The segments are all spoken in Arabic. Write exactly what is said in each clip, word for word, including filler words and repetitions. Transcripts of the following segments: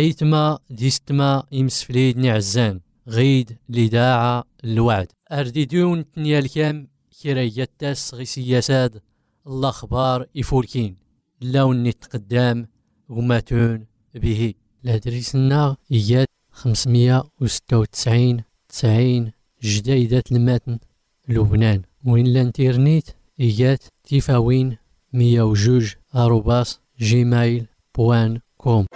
غيتما ديستما يمسفليد نعزان غيد لداعة الوعد أرديدون تنيا الكام كريتاس غي سياساد الأخبار يفولكين لون نتقدام وماتون به لادريسنا إياد خمسمية وستة وتسعين تسعين جديدة المتن لبنان وين لانترنيت إياد تيفاوين مية وجوج أروباس جيميل بوان كوم.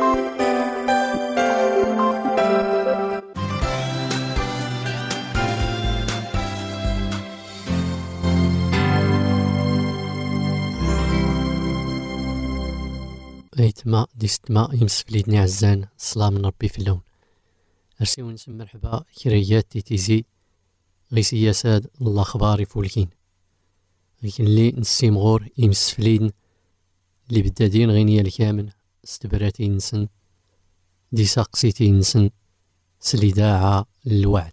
ايتما ديستما يمسفليدني عزان الصلاة من ربي في اللون أرسي ونسم مرحبا كريات تيتيزي غي سياساد الأخبار يفولكين غيكن لي نسيم غور يمسفليدن اللي بدادين غينيا الكامل استبراتي نسن دي ساقسيتي نسن سليداعة الوعد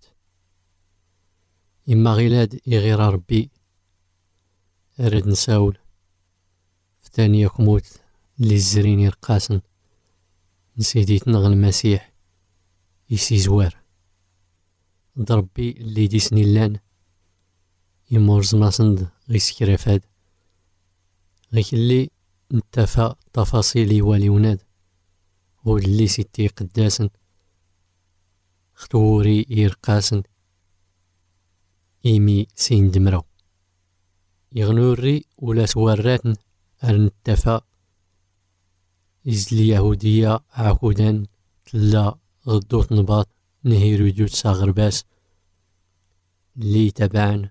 إما غيلاد يغير ربي أرد نساول فتاني كموت اللي الزرين يرقاسن نسيدي تنغ المسيح يسي زوار ضربي اللي ديسني اللان يمورز ماسند غي سكرافاد غيك اللي نتفا تفاصيلي والي وناد غو اللي سيتي قداسن خطوري يرقاسن إيمي سين دمرو يغنوري ولا سواراتن أرنتفا إز اليهودية عاكودان تلا غدوت نباط نهيرو دوت ساغرباس اللي تبعن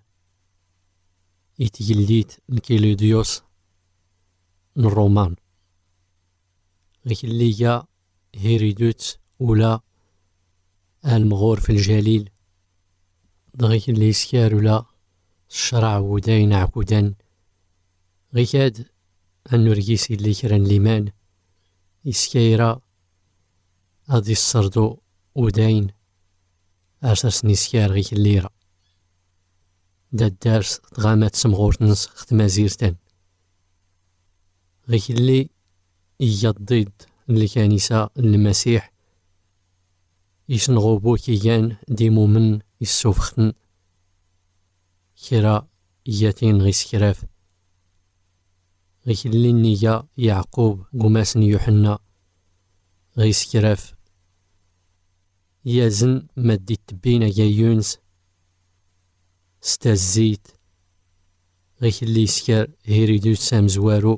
يتجلديت نكيلوديوس الرومان غيك اللي جا هيرودوت ولا المغور في الجليل غيك اللي يسكار ولا الشرع وداين عكودان غيك هاد النرجيسي اللي كران ليمان يسكيرا غادي السردو وداين أساس نسكار غيك الليرة دا الدارس تغامات سمغورتنس ختمازيرتان غيك اللي إيا الضد اللي كان يسا المسيح يسنغو بوكيان ديمو من يسوفختن كرا إياتين غي سكراف غيك اللي نيجا يعقوب قماسن يوحنا غي سكراف يازن مادي تبينا جا يونس ستا الزيت غيك اللي يسكر هيريدوت سامزوارو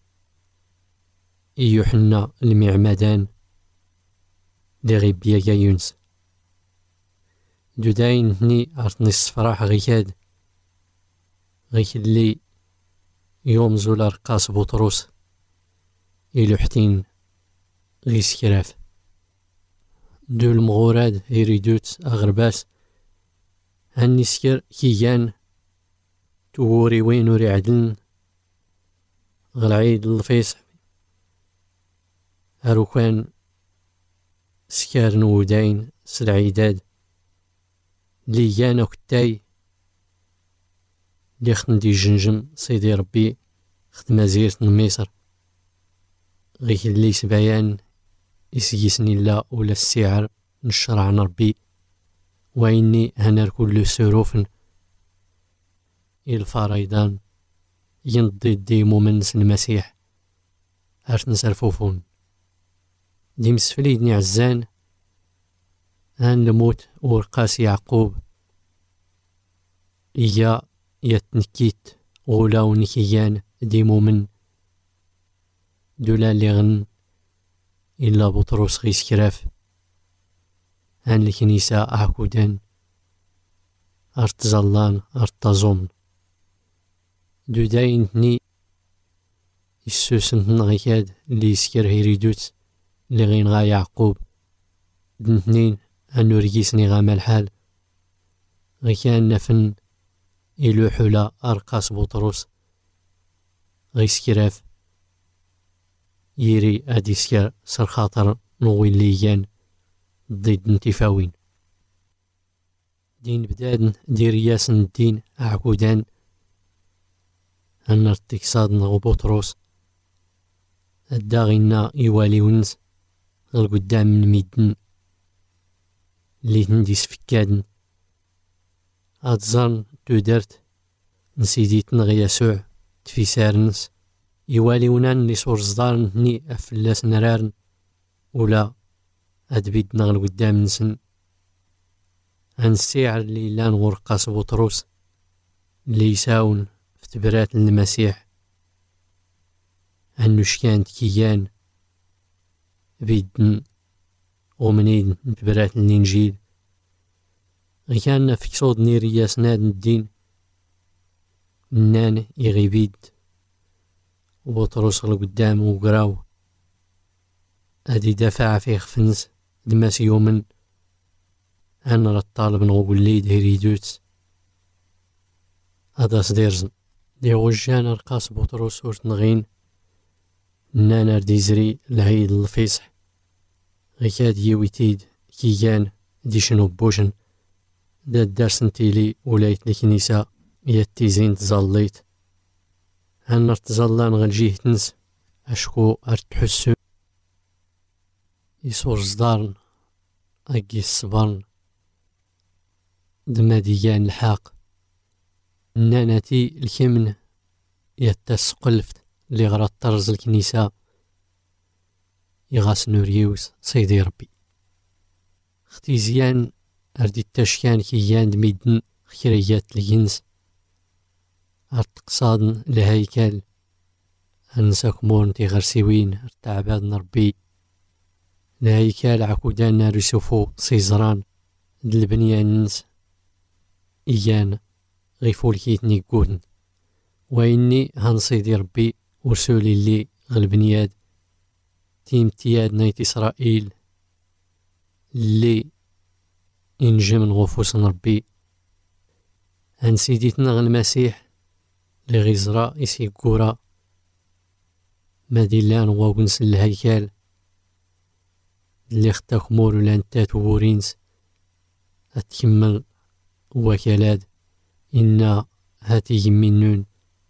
يوحنا المعمدان دي غيبيا جا يونس دو داين هني عرطني الصفراح غيكاد غيك اللي يوم زول رقاص بطرس يلوحتين غي سكراف دو المغوراد هيريدوت أغرباس هني سكر كيجان توري وين وري عدن غالعيد الفيس هاروكان سكار نوداين سلعيداد لي جانا كتاي لي خندي جنجم سيدي ربي خدمة زيرت مصر غيك اللي سبايان يسيسني لا ولا السعر نشرع ربي وإني هنر كل سروفن الفريضان ينضي ديمو من المسيح هاش نسرفوفون ديم سفليدني عزان هان الموت ورقاس يعقوب إيا يتنكيت غولاو نكيان ديمو من دولا اللي غن إلا بطرس غي سكراف هان الكنيسة أعكودان أرتزالان أرتزوم دو داين تني يسوسن غيكاد اللي يسكر هيريدوت اللي غين غا يعقوب دنتنين أنو رجيسني غاما الحال غيكان نفن إلوحو لا أرقاس بطرس غي سكراف يري أدي سكر سر خاطر نوي ليان ضد انتفاوين دين بدادن دير ياسن الدين أعكودان أن ارتكصاد نغو بطرس الداغينا يوالي ونس غير قدام من ميدن اللي تنديس فكادن هاد زرن تودرت نسيديت نغي يسوع تفيسارنس يوالي ونان لي صور صدارن ني أفلاس نرارن ولا هاد بيدنا غير قدام نسن عن السيعر اللي لان غرقاس بطروس اللي يساون في تبرات المسيح عن نشكان كيان بيدن ومنين تبرات الانجيل غي كان في صود نيريا سناد الدين نان يغيبيد وبطروس غير قدام وقراو هادي دافع فيه خفنس دماس يومن أنا الطالب نقول لي هيريدوت هذا صديرزن دي غجان رقاص بطروس ورت نغين نانا رديزري العيد الفيصح غيكاد يويتيد كيان دي شنو بوشن دا دارسن تيلي ولايت الكنيسة يتيزين تزاليت هن ارتزالان غنجيه تنس أشكو ارتحسو يصور صدارن أجي الصبرن دما ديان الحاق ناناتي الكمن يتسقلفت اللي غرا طرز الكنيسة يغاس نوريوس سيدي ربي اختيزيان اردي التشكان كيان دميدن خيريات الجنس ارتقصادن الهيكل انساك مورن تي غرسيوين ارتعباد نربي الهيكل عكودان نارسوفو سيزران دالبنيان نس إيان غيفول كيتني قودن وإني هنصيدي ربي ورسولي اللي غالبنياد تيم تياد نايت إسرائيل اللي إنجي من غفوس ربي هنسيديتنا غا المسيح اللي غيزرا إسي قورا ماديلان واغنس الهيكال اللي اختاك مورو لانتات وورينس أتكمل وكالاد إنا هاتي يمينون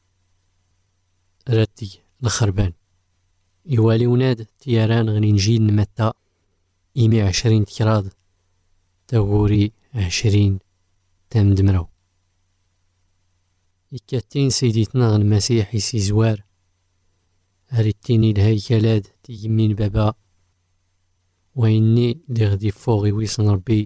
راتي الخربان يوالي وناد تياران غني نجي نمتا إيمي عشرين تكراد تغوري عشرين تام دمرو إكاتين سيديتنا غن مسيح يسي زوار هريتيني الهيكالاد تيمين بابا وإني اللي غدي فوغي ويصن ربي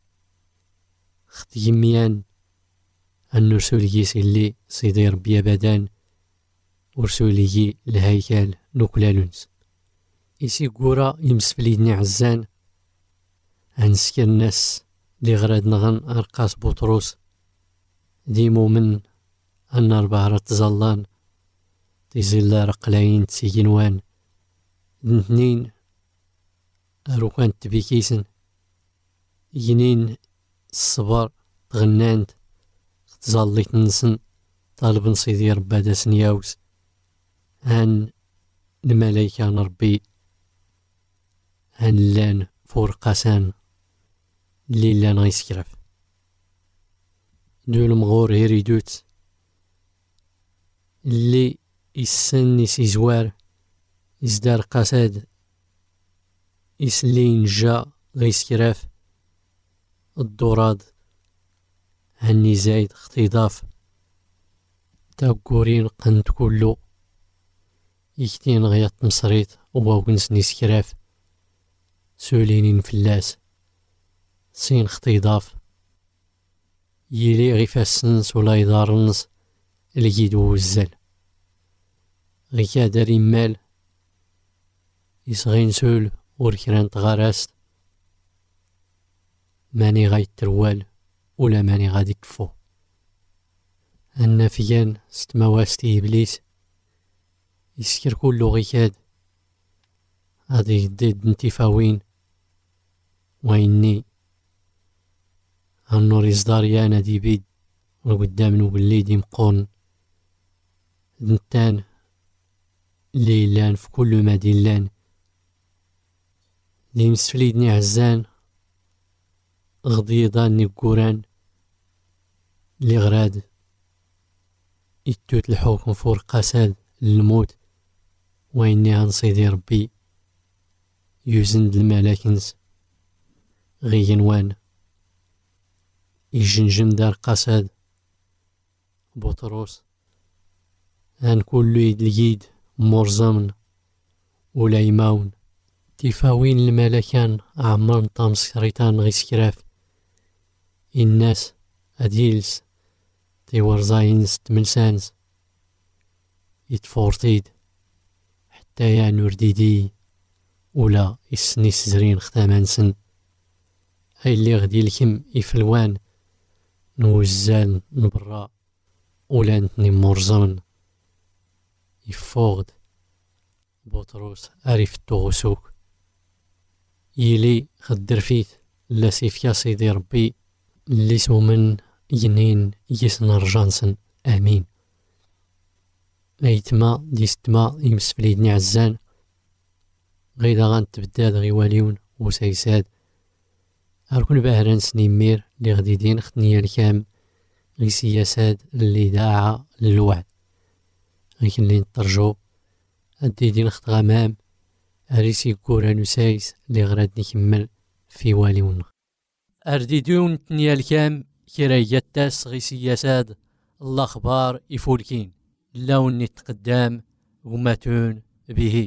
خت يميان أن رسولي اللي سيدي ربي أبدان ورسولي الهيكل نوكلالونس إسي قورا يمسفليدني عزان هنسكر الناس اللي غراد نغن أرقاس بطروس ديمو من أن أربعة تزلان تيزيلا رقلاين تسيجنوان اثنين أروكان تبيكيسن ينين الصبر تغنانت تزاليت نسن طالب سيدي ربا دا سنياوس هان الملايكة نربي هان لان فورقاسان اللي لان غيسكرف دول مغور هيريدوت اللي يسن يسي زوار يزدار قاساد يسلين جا غيسكراف الدوراد هني زايد اختضاف تاقورين قنت كلو يكتين غيات مصريت وواغنس نيسكراف سولينين فلاس سين اختضاف يلي غيفاسنس ولا يدارنس الجيدو الزل غيكا داري مال يسغين سول وركران تغاراست ماني غايت تروال ولا ماني غادي كفو النافيان ست مواستي إبليس يسكر كلو غيكاد غادي يديد انتفاوين وإني هالنور يزداريانا دي بيد وقدام نوبلي دي مقون دنتان ليلان في كل ما ديلان دي مسفليدني عزان غضيضان نيقوران اللي غراد يتوت الحكم فور قاساد للموت وإني هنصيدي ربي يوزند الملاكنز غينوان يجنجن دار قصاد بطرس هان كل يد اليد مرزمن ولا يماون تفاوين الملكان عمرن طامس ريتان غيسكراف الناس أديلس تيورزاينز تملسانز يتفورتيد حتى يا نورديدي ولا يسنيس زرين ختامانسن هاي اللي غدي الكم يفلوان نوزال نبرا ولا نتني مرزمن يفوغد بطرس عرف التغسوك يلي خدر فيت لا سيف يا سيدي ربي اللي سومن ينين يسن رجانسن امين ايتما ديستما يمسفليدني عزان غيدا غنتبداد غيواليون وسيساد اركن باهران سنيمير اللي غدي دين ختنيا الكام غي سياسات اللي داعا للوعد غيكن اللي نترجو ادي دين خط غمام اريسي كورا نسايس اللي غراد نكمل في واليون ارديدون تنيا الكام كرايتاس غي سياسات الاخبار يفولكين اللون يتقدام وماتون به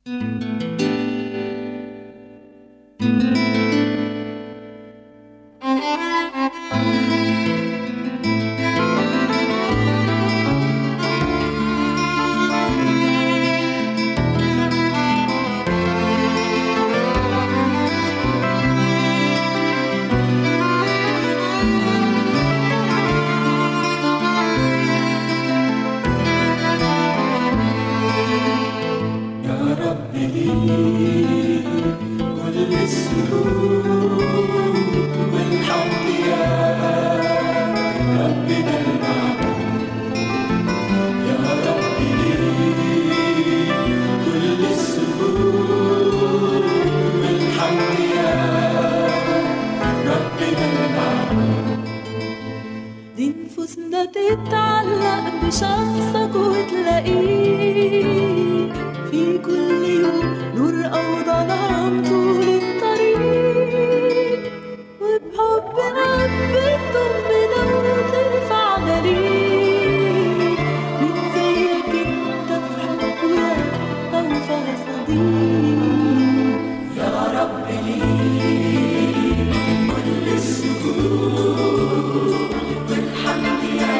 تتعلق بشخصك وتلاقيك في كل يوم نور أو ظلام طول الطريق وبحب ربك تطمن وترفع ليك من زيك انت في حبه يا أوفى صديق يا رب ليك كل السجود والحمد يا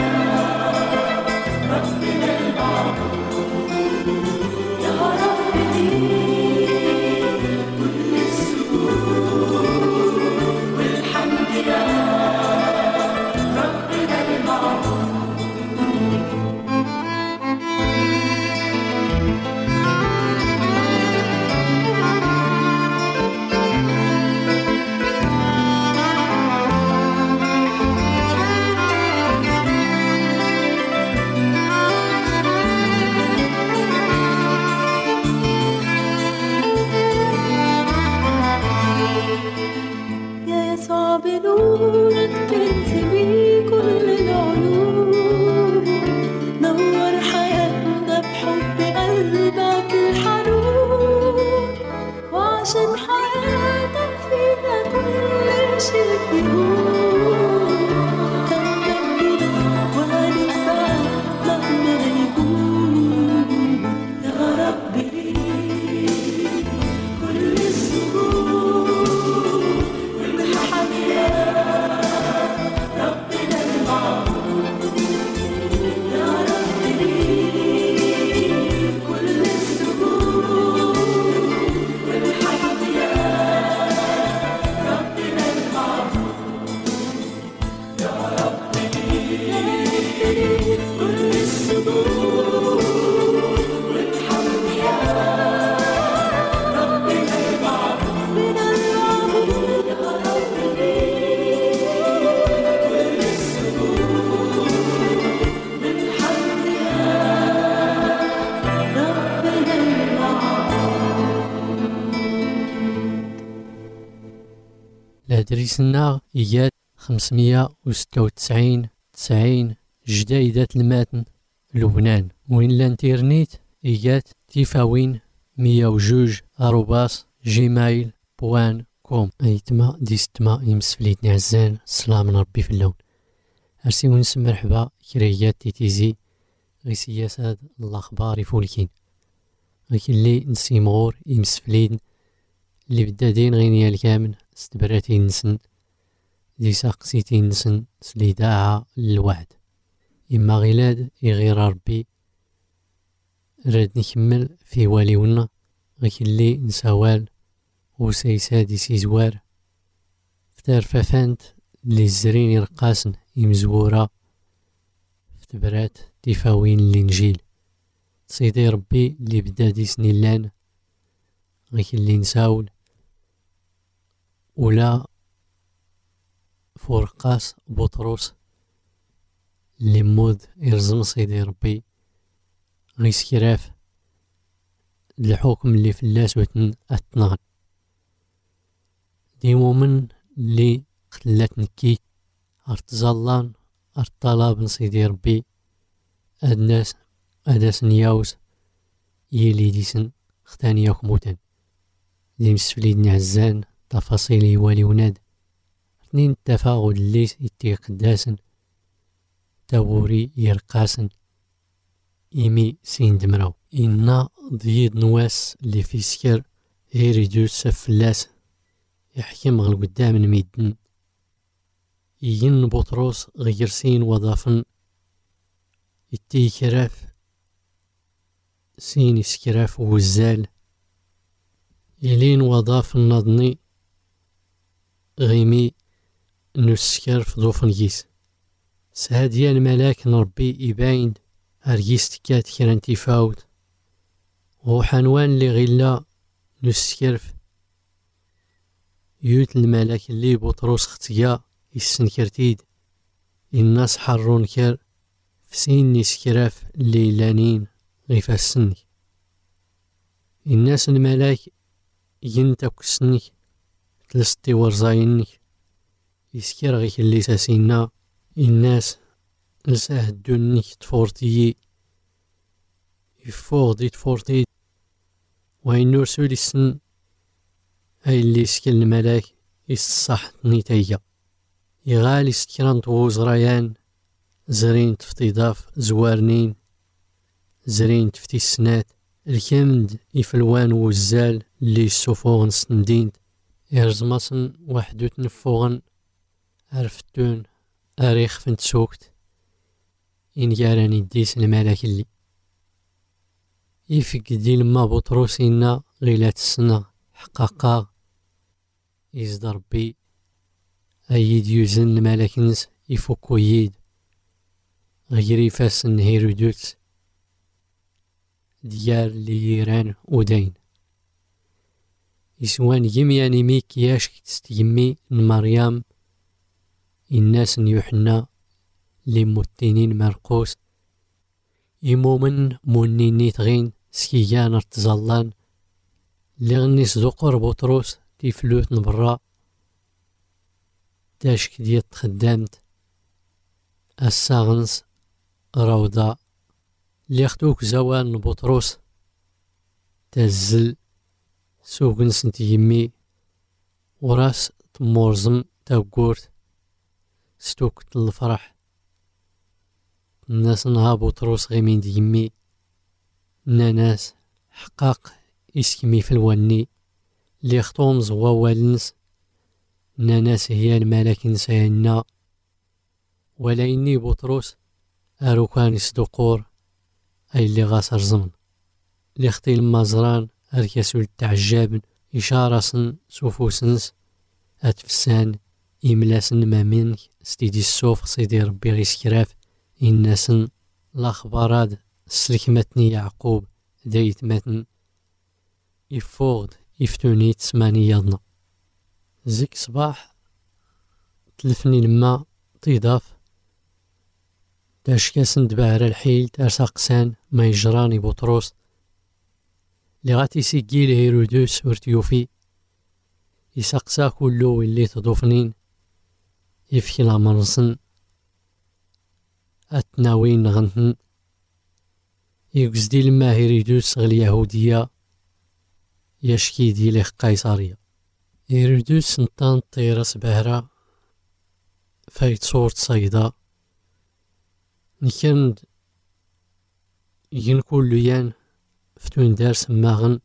ربنا المعبود يا رب ليك كل السجود والحمد يا ربنا المعبود بنورك تنسمي كل العيوب نور حياتنا بحب قلبك الحنون وعشان حياتك فينا كل شيء بيهون هنمجدك وهنفعل مهما يكون يا رب ليك كل السجود دريسنا إيجاد خمسمية وستة وتسعين تسعين جدايدة الماتن لبنان وين لانترنيت إيجاد تيفاوين مية وجوج أروباس جيميل بوان كوم. ايتما ديستما يمسفليتني عزان السلام من ربي في اللون. ارسي ونسم مرحبا كريات تيتيزي غي سياسات الاخبار يفولكين غيك اللي نسيمغور يمسفلين اللي بدادين غينيا الكامن استبراتين نسن دي ساقسيتين نسن سليداعة للوعد إما غيلاد يغير ربي راد نكمل في واليونا غيك اللي نساوال وسيسادي سيزوار فتار فافانت اللي الزرين يرقاسن يمزورا فتبرات تفاوين الانجيل سيدي ربي اللي بدا دي سنيلان غيك اللي نساول ولا فورقاس بطرس اللي مود يرزم سيدي ربي غيسكراف الحكم اللي في اللاس وتن اتنغل دي مومن اللي قتلات نكيك ارتزالان ارتطلاب نسيدي ربي ادناس اداس نياوس يلي ديسن ختاني ياكموتن دي مسفليد عزان تفاصيل يوالي وناد اثنين التفاغد اللي يتي قداسن تاوري يرقاسن إيمي سين دمراو إنا ضيد نواس اللي في سكر هيريدوس سفلاس يحكم غل قدام الميدن ين بطروس غير سين وضافن يتي كراف سين سكراف وزال يلين وضاف النضني غيمي نسكر في ضوفن جيس سهاديا الملاك نربي يباين أرجيس تكات كران تفاوت وحنوان اللي غيلا نسكرف يوت الملاك اللي بطروس ختيا يسنكرتيد الناس حرون كر فسين نسكراف اللي لانين غيفاسني الناس الملاك ينتك سنك تلستي ورزاينك يسكر غيك اللي ساسينا الناس لساه دونك تفورتي يفوغ دي تفورتي وين نرسل السن هاي اللي سكن الملاك يصح نيتايا يغالي سكران طوز ريان زرين تفتي ضاف زوارنين زرين تفتي السنات الكامد يفلوان وزال اللي السفوغن سندين يرزمصن وحدو تنفوغن عرفتون أريخ فنت سوكت إن جاراني ديس الملاك اللي يفك دي لما بطروسينا غيلات السنة حقاقا يزدر بي أيد يوزن الملاك نس يفكو يد غيري فاسن هيرودوت ديار ليران ودين يسوان يمياني ميك ياشك تستيمي مريم الناس يوحنا لمتينين مرقوس يمومن مونيني تغين سكيان ارتزالان لغنيس ذقر بطروس تيفلوت نبرا تاشك ديال تخدامت الساغنس روضة ليختوك زوان بطروس تزل سوقنس نتيمي وراس تمورزم تاقورت ستوك الفرح الناس نها بطروس غيمين ديمي ناناس حقاق يسكمي في الوني اللي خطوم زوا والنس ناناس هي الملاك نساينا ولا إني بطروس أروكان يصدقور أي اللي غاصر زمن اللي خطي المزران أركسو التعجاب إشارة سوفوسنس أتفسان إملاسن ما منك ستيدي السوف سيدي ربي غيسكراف إناسن الأخبارات سلكمتني يعقوب دايت متن يفوغد يفتوني تسماني يضنا زيك صباح تلفني لما تيضاف تاشكاسن دبار الحيل تارساقسان ما يجراني بطروس اللي غاتي سيكيل هيرودوس ورتيوفي يساقسا كلو اللي تضوفنين يفكي لامرسن أتناوين غنتن يقصدي لما هيرودوس غل يهودية يشكي ديالي قيصرية يردو سنطان طيرة سبهرة فايت صورت صيدا نكند ين كل يان فتون دار سماغن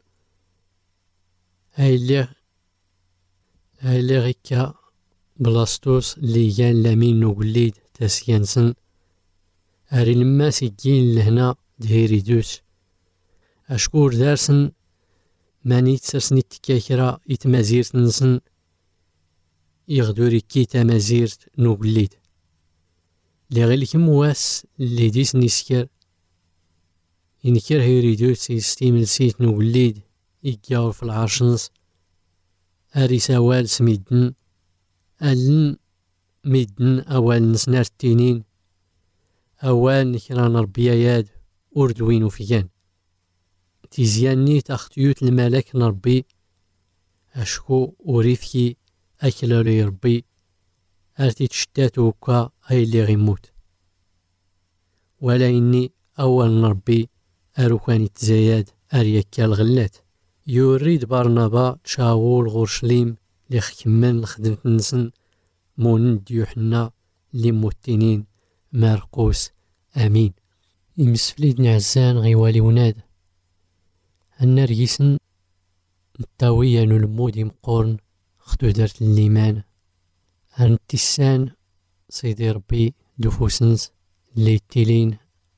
هايلي هايلي غيكا بلاستوس اللي يان لامين نوغليد تاسيانسن هاري لما سيجين لهنا دهيري دوس أشكور دارسن ماني تسرسني التكاكرا يتمازيرت نسن يغدوري كي تمازيرت نوغليد لي غير كمواس اللي ديس نسكر ينكر هيري دوس يستيمل سيت نوغليد يجاور في العرشنس هاري سوال سميدن ألن ميدن أوال نسنار التنين أوال نكران ربياياد أردوين وفيان تيزياني تختيوت الملك نربي أشكو وريفكي أكلالي ربي أرتي تشتات وكا هاي اللي غيموت ولا إني أول نربي أروكاني تزايد أريكا الغلات يوريد برنابا تشاول غورشليم اللي خكمل خدمت نسن مون ديوحنا اللي موتينين مارقوس أمين يمسفليد نعزان غيوالي وناد النار يسن الطاوية نلمود مقورن خدو دارت الليمان هان التسان سيدي ربي دوفوسنس اللي تيلين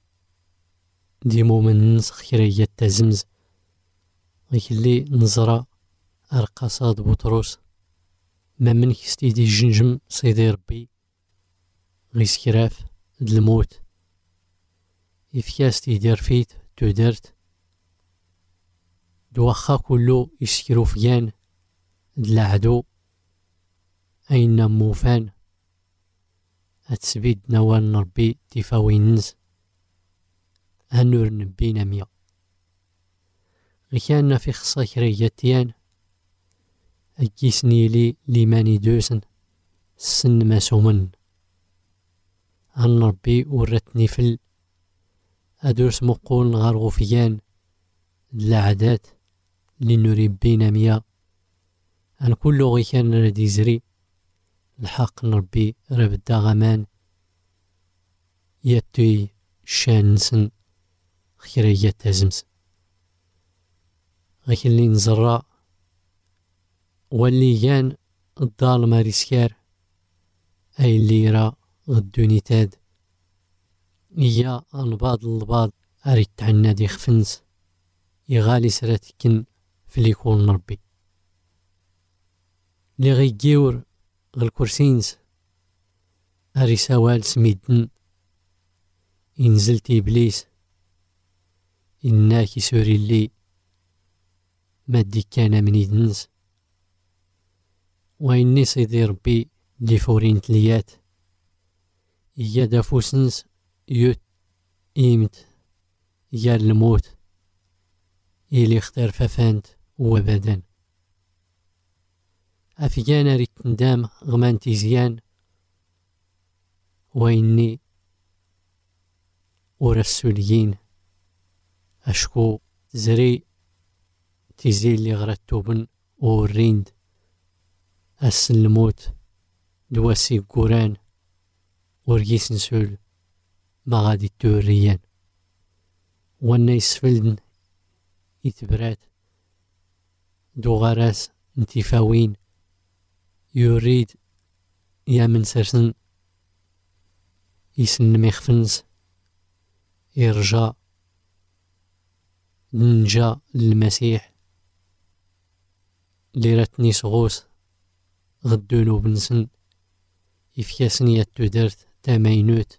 ديمو من نسخ خيرية تازمز غيكلي نزرة أرقصاد بطروس ما من كستيدي جنجم سيدي ربي غيسكراف د الموت يفكاس تيدير فيت تودرت دوخا كلو يسكرو فيان د العدو أين موفان أتسبيد نوال نربي تفاوينز هنور نبينا ميا غيكان في خصا كرياتيان أجيسني لي ليماني دوسن السن مسومن هن ربي ورتني فل أدرس مقول غار غفيان العادات اللي نوري بينا ميا أن كل غيكان ردي زري الحق نربي ربدا غمان يتوي شانسن خيرية تازمس غيك اللي نزرع واللي يان الدار ماريسكار أي اللي يرى غدوني تاد إيا البعض البعض أريد تعنا دي خفنس يغالي سراتكن في ليكون نربي لي غيجيور غالكورسينس أري سوال سميدن إنزلت إبليس إناكي سوري اللي مادي كان من يدنس وإني سيدي ربي اللي فورين تليات إيا دافوسنس يوت إيمت إيا الموت إلي اختار ففانت وبدن أفيانا ريت ندام غمان تيزيان وإني ورسوليين أشكو زري تيزي اللي غرتوبن وريند أس الموت دواسي قران ورقيس نسول ما غادي توريان وانا يسفلدن يتبرات دو غراس انتفاوين يريد يا من سرسن يسن ميخفنس يرجع ننجا للمسيح اللي راتني صغوس غدونو بنسن يفياسني يتو درت تامينوت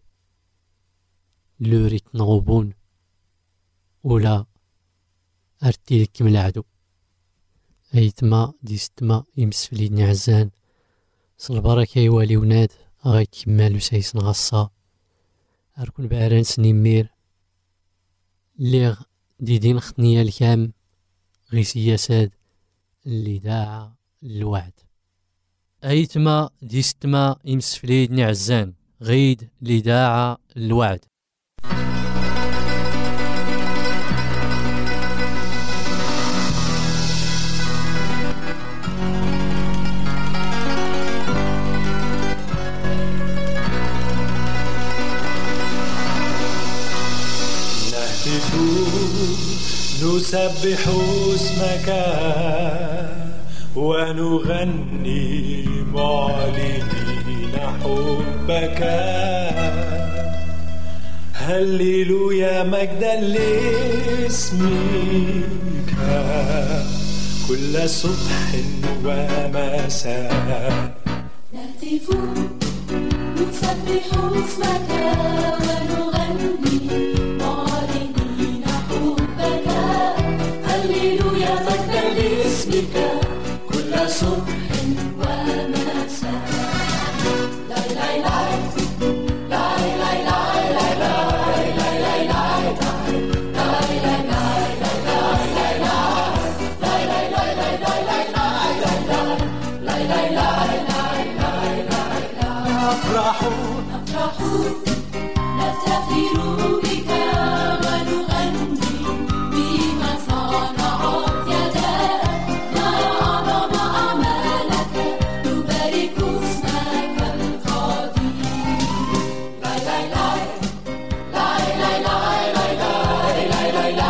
لوريت نغوبون ولا أرتي لكم العدو أيتما ديستما يمسفلي نعزان صلبركة يوالي وناد غاي كمالو سايسن غصا أركون بعران سنيمير اللي ديدين خطنيا الكام غي سياساد اللي داعا الوعد أيتما ديستما يمسفلي نعزان غيد اللي داعا الوعد نسبح اسمك ونغني معلنين حبك. هللويا مجدا لاسمك كل صبح ومساء. نهتف نسبح اسمك ونغني معلنين حبك. هللويا مجدا لاسمك كل صبح ومساء. لا لا لا لا لا لا نفرح نفرح نفتخر بك ونغني بما صنعت يداك. نرى أعظم أعمالك نبارك اسمك القدير. لا لا لا لا لا لا لا لا لا لا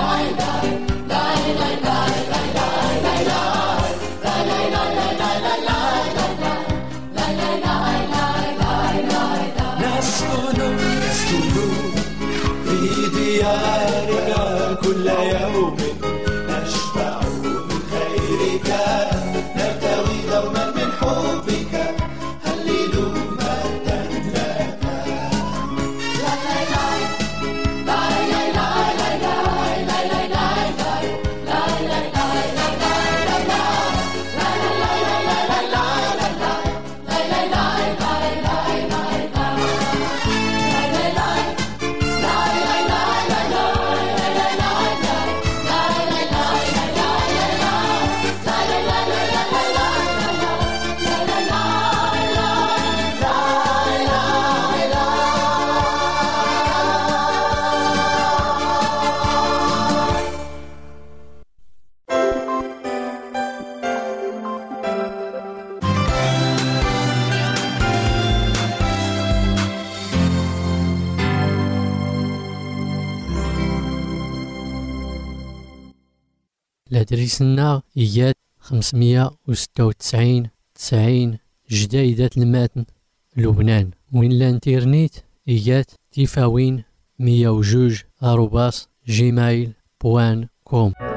ديارك كل يوم نشبع من خيرك. نرتوي دوما من حبك. هللوا مجدا لك. لا لا لا لا لا لا لا لا لا الأدريسنا إيات خمسمية وستة وتسعين تسعين جديدة المتن لبنان. وين لانترنت إيات تيفاوين مية وجوج أروباس جيميل بوان كوم.